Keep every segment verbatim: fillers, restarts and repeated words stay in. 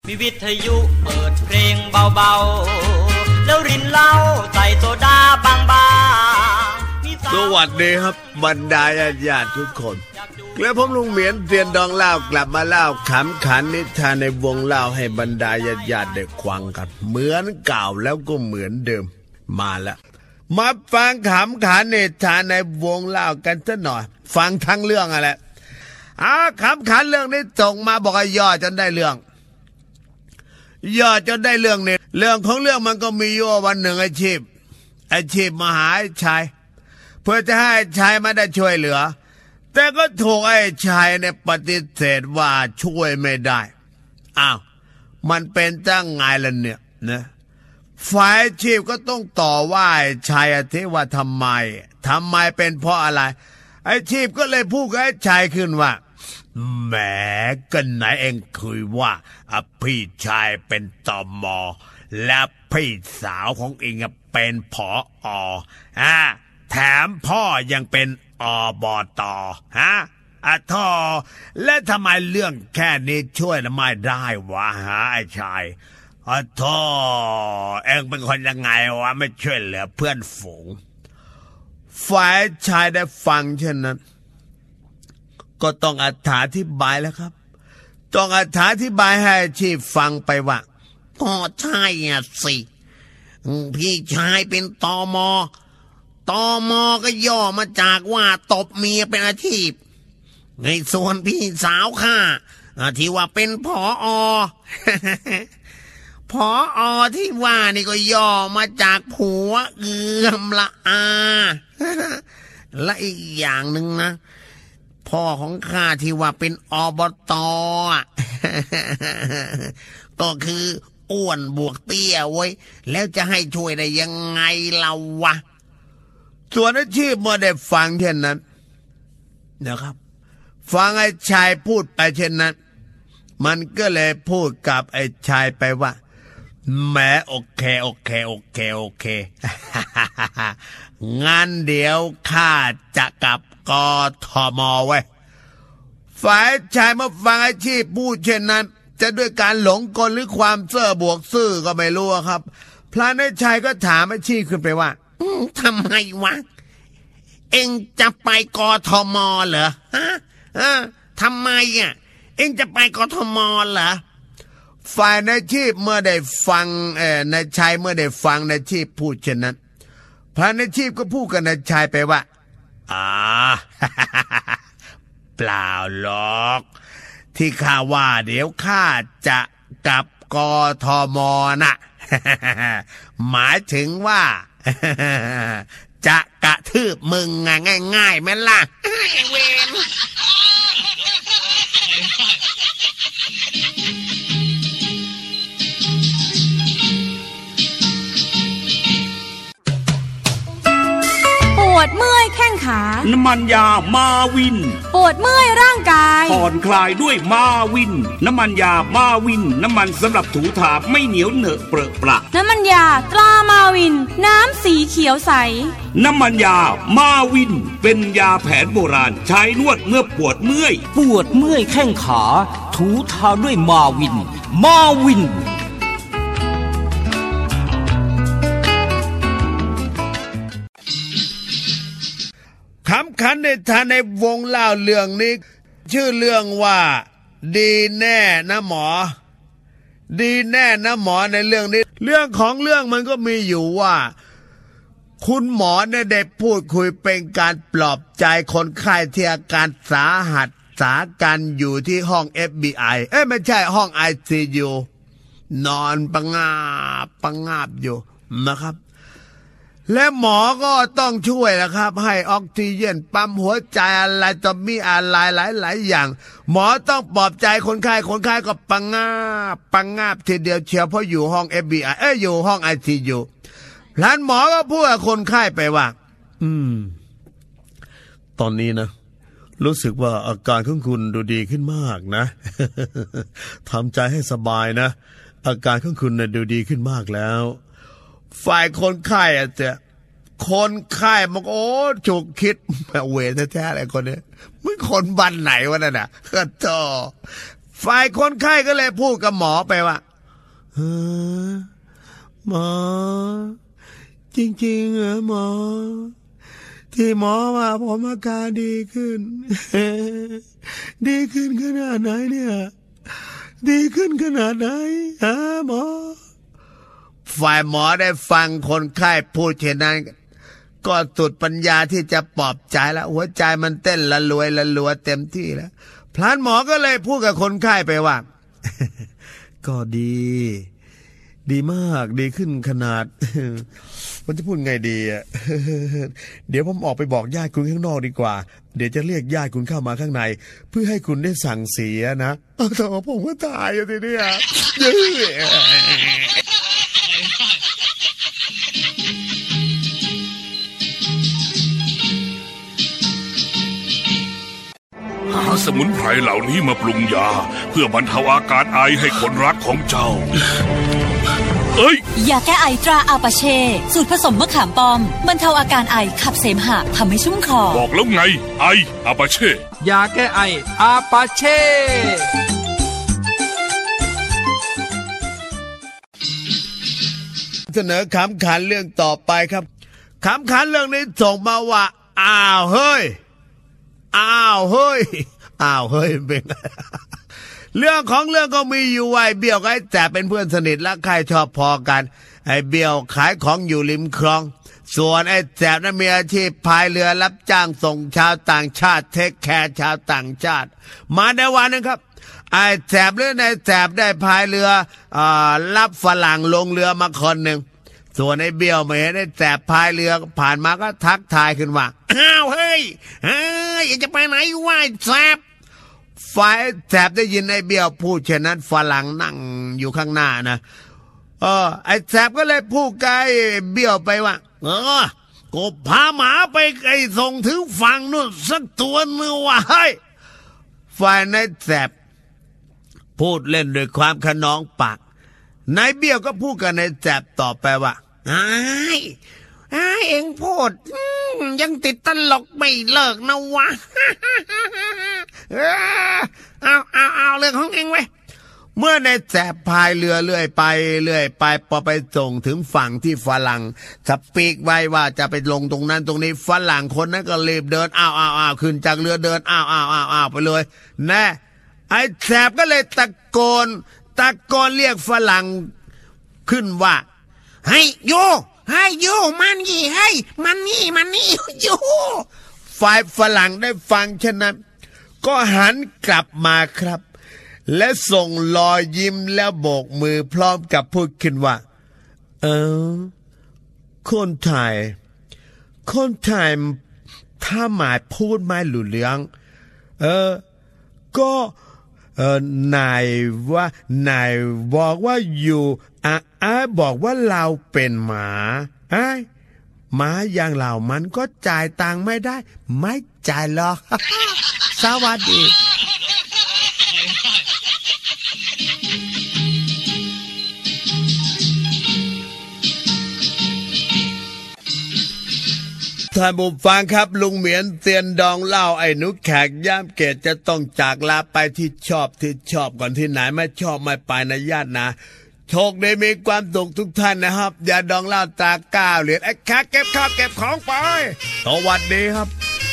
มีวิทยุเปิดเพลงเบาๆแล้วรินเหล้าใส่โซดาบางๆสวัสดีครับบรรดาญาติทุกคนและผมลุงเหมียนเตียนดองเล่ากลับมาเล่าขำขันนิทานในวงเล่าให้บรรดาญาติได้ฟังกันเหมือนเก่าแล้วก็เหมือนเดิมมาแล้วมาฟังขำขันนิทานในวงเล่ากันซะหน่อยฟังทั้งเรื่องอะไรอ่าขำขันเรื่องนี้ส่งมาบอกย่อจนได้เรื่องย่อจนได้เรื่องเนี่ยเรื่องของเรื่องมันก็มีอยู่วันหนึ่งอาชีพอาชีพมาหาชายเพื่อจะให้ชายมาได้ช่วยเหลือแต่ก็ถูกไอ้ชายเนี่ยปฏิเสธว่าช่วยไม่ได้อ้าวมันเป็นจังไงล่ะเนี่ยนะฝ่ายอาชีพก็ต้องต่อว่าไอ้ชายอธิว่าทำไมทำไมเป็นเพราะอะไรไอ้ชีพก็เลยพูดกับไอ้ชายขึ้นว่าแหมกันไหนเองคุยว่าพี่ชายเป็นตม.และพี่สาวของเองเป็นผอ.อ่าแถมพ่อยังเป็นอบต.ฮะอะท่อและทำไมเรื่องแค่นี้ช่วยไม่ได้วะฮะไอ้ชายอะท่อเองเป็นคนยังไงวะไม่ช่วยเหลือเพื่อนฝูงฝ่ายชายได้ฟังเช่นนั้นก็ต้องอธิบายแล้วครับต้องอธิบายให้ชีพฟังไปว่าก็ใช่อ่ะสิพี่ชายเป็นตม.ตม.ก็ย่อมาจากว่าตบเมียเป็นอาชีพในส่วนพี่สาวข้าที่ว่าเป็นผอ.ผอ.ที่ว่านี่ก็ย่อมาจากผัวเอื้อมละอาและอีกอย่างหนึ่งนะพ่อของข้าที่ว่าเป็นอบต.ก็คืออ้วนบวกเตี้ยไว้แล้วจะให้ช่วยได้ยังไงเราวะส่วนอาชีพเมื่อได้ฟังเช่นนั้นนะครับฟังไอ้ชายพูดไปเช่นนั้นมันก็เลยพูดกับไอ้ชายไปว่าแหมโอเคโอเคโอเคโอเค งั้นเดี๋ยวข้าจะกลับกทม.ไว้ฝ่ายชายมาฟังอาชีพพูดเช่นนั้นจะด้วยการหลงกลหรือความเซ่อบวกซื่อก็ไม่รู้ครับพลานายชายก็ถามอาชีพขึ้นไปว่าทำไมวะเอ็งจะไปกทม.เหรอฮะอ่าทำไมอ่ะเอ็งจะไปกทม.เหรอฝ่ายนายชีพเมื่อได้ฟังเอ่อนายชายเมื่อได้ฟังนายชีพพูดเช่นนั้นพลานายชีพก็พูดกับนายชายไปว่าอ่า เปล่าหรอกที่ข้าว่าเดี๋ยวข้าจะกลับกทม.น่ะ หมายถึงว่า จะกระทืบมึงง่ายๆแม่ล่ะเวนปวดเมื่อยแข้งขาน้ำมันยามาวินปวดเมื่อยร่างกายผ่อนคลายด้วยมาวินน้ำมันยามาวินน้ำมันสำหรับถูถาไม่เหนียวเหนอะเปรอะปะน้ำมันยาตรามาวินน้ำสีเขียวใสน้ำมันยามาวินเป็นยาแผนโบราณใช้นวดเมื่อปวดเมื่อยปวดเมื่อยแข้งขาถูทาด้วยมาวินมาวินขำขันในทานในวงเล่าเรื่องนี้ชื่อเรื่องว่าดีแน่นะหมอดีแน่นะหมอในเรื่องนี้เรื่องของเรื่องมันก็มีอยู่ว่าคุณหมอเนี่ยได้พูดคุยเป็นการปลอบใจคนไข้ที่อาการสาหัสสากันอยู่ที่ห้อง เอฟ บี ไอ เอ้ยไม่ใช่ห้อง ไอ ซี ยู นอนปังงาบปังงาบอยู่นะครับและหมอก็ต้องช่วยนะครับให้ออกซิเจนปั๊มหัวใจอะไรต่อมีอะไรหลายๆอย่างหมอต้องปลอบใจคนไข้คนไข้ก็ปังงาบปังงาบทีเดียวเชียวเพราะอยู่ห้อง เอฟ บี ไอ เอ้ยอยู่ห้อง ไอ ซี ยู หลานหมอก็พูดกับคนไข้ไปว่าอืมตอนนี้นะรู้สึกว่าอาการของคุณดูดีขึ้นมากนะ ทำใจให้สบายนะอาการของคุณน่ะดูดีขึ้นมากแล้วฝ่ายคนไข้อ่ะเจ้าคนไข้มันโอ้จุกคิดเวรแท้ๆอะไรคนนี้มึงคนบ้านไหนวะนั่นน่ะก็ต่อฝ่ายคนไข้ก็เลยพูดกับหมอไปว่าเออหมอจริงๆเหรอหมอที่หมอว่าผมอาการดีขึ้น ดีขึ้นขนาดไหนเนี่ยดีขึ้นขนาดไหนฮะหมอฝ่ายหมอได้ฟังคนไข้พูดเช่นนั้นก็สุดปัญญาที่จะปลอบใจแล้วหัวใจมันเต้นละลวยละลัวเต็มที่แล้วพลานหมอก็เลยพูดกับคนไข้ไปว่า ก็ดีดีมากดีขึ้นขนาด มันจะพูดไงดีอ่ะ เดี๋ยวผมออกไปบอกญาติคุณข้างนอกดีกว่าเดี๋ยวจะเรียกญาติคุณเข้ามาข้างในเพื่อให้คุณได้สั่งเสียนะแต่ผมก็ตายอยู่ทีเนี้ยหาสมุนไพรเหล่านี้มาปรุงยาเพื่อบรรเทาอาการไอให้คนรักของเจ้าเอ้ยยาแก้ไอตราอาปาเช่สูตรผสมมะขามป้อมบรรเทาอาการไอขับเสมหะทำให้ชุ่มคอบอกแล้วไงไออาปาเช่ยาแก้ไออาปาเช่เสนอขำขันเรื่องต่อไปครับขำขันเรื่องนี้ส่งมาว่าอ้าวเฮ้ยอ้าวเฮ้ยอ้าวเฮ้ยเป็นเรื่องของเรื่องก็มีอยู่ไว้เบี้ยวกับไอ้แสบเป็นเพื่อนสนิทและใครชอบพอกันไอ้เบี้ยวขายของอยู่ริมคลองส่วนไอ้แสบนั้นมีอาชีพพายเรือรับจ้างส่งชาวต่างชาติเทคแคร์ชาวต่างชาติมาในวันนึงครับไอ้แสบหรือในแสบได้พายเรืออ่ารับฝรั่งลงเรือมาคนหนึ่งส่วนไอ้เบี้ยวไม่เห็นไอ้แสบพายเรือผ่านมาก็ทักทายขึ้นว่าอ้าวเฮ้ยเฮ้ยจะไปไหนวะแสบฝ่ายแสบได้ยินไอ้เบี้ยวพูดเช่นนั้นฝรั่งนั่งอยู่ข้างหน้านะเออไอ้แสบก็เลยพูดกับไอ้เบี้ยวไปว่าเออกูพาหมาไปไอ้ส่งถึงฝั่งนู่นสักตัวนึงว่ะเฮ้ยฝ่ายนายแสบพูดเล่นด้วยความขนองปากนายเบี้ยวก็พูดกับนายแสบต่อไปว่าไอ้ไอ้เอ็งพูดยังติดตลกไม่เลิกนะวะ เอาเอาเอาเรื่องของเอ็งไว้เมื่อนายแสบพายเรือเรื่อยไปเรื่อยไปพอไปส่งถึงฝั่งที่ฝรั่งสปีกไว้ว่าจะไปลงตรงนั้นตรงนี้ฝรั่งคนนั้นก็รีบเดินอ้าวอ้าวอ้าวขึ้นจากเรือเดินอ้าวอ้าวอ้าวอ้าวไปเลยแน่ไอ้แสบก็เลยตะโกนตะโกนเรียกฝรั่งขึ้นว่าให้โยให้โยมันนี่ให้มันนี่มันนี่โยฝ่ายฝรั่งได้ฟังฉะนั้นก็หันกลับมาครับและส่งรอยยิ้มแล้วโบกมือพร้อมกับพูดขึ้นว่าเออคนไทยคนไทยถ้าหมายพูดไม่หลุดเรื่องเออก็เออนายว่านายบอกว่าอยู่อ่ะอ่ะบอกว่าเราเป็นหมาไอ้หมาอย่างเรามันก็จ่ายตังค์ไม่ได้ไม่จ่ายหรอก สวัสดีท่านผู้ฟังครับลุงเหมียนเตียนดองเล่าไอ้นุกแขกย่ามเกตจะต้องจากลาไปที่ชอบที่ชอบก่อนที่ไหนไม่ชอบไม่ไปนะญาตินะโชคดีมีความสุขทุกท่านนะครับอย่าดองเล่าตาก้าวเหรียญไอ้แขกเก็บข้าวเก็บของไปสวัสดีครับ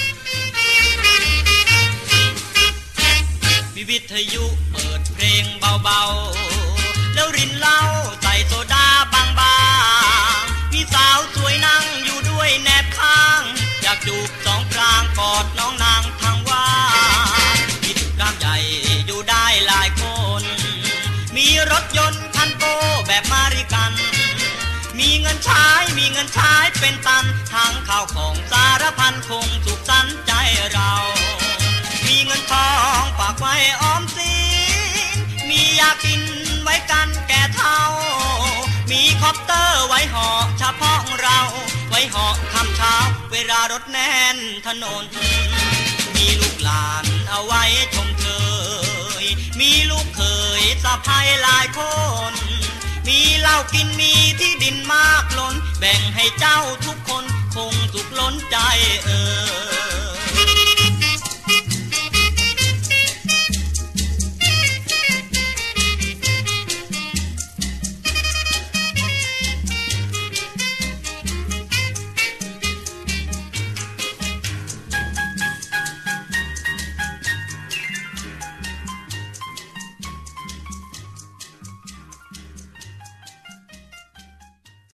มีวิทยุเปิดเพลงเบาๆแล้วรินเหล้าใส่โซดาบางๆมีสาวสวยนั่งอยู่ด้วยแนบข้างอยากจูบสองกลางกอดน้องนางทางว่ากิจกรรมใหญ่อยู่ได้หลายคนมีรถยนต์คันโตแบบมาริกันมีเงินใช้มีเงินใช้เป็นตันทั้งข้าวของสารพันคงสุขสันต์ใจเรามีเงินทองฝากไว้ออมสินมียากินไว้กันแก่เฒ่ามีคอปเตอร์ไว้ห่อเฉพาะเราไว้ห่อค่ำเช้าเวลารถแน่นถนนมีลูกหลานเอาไว้ชมเชยมีลูกเขยสะใภ้หลายคนมีเหล้ากินมีที่ดินมากล้นแบ่งให้เจ้าทุกคนคงสุขล้นใจเอ่ย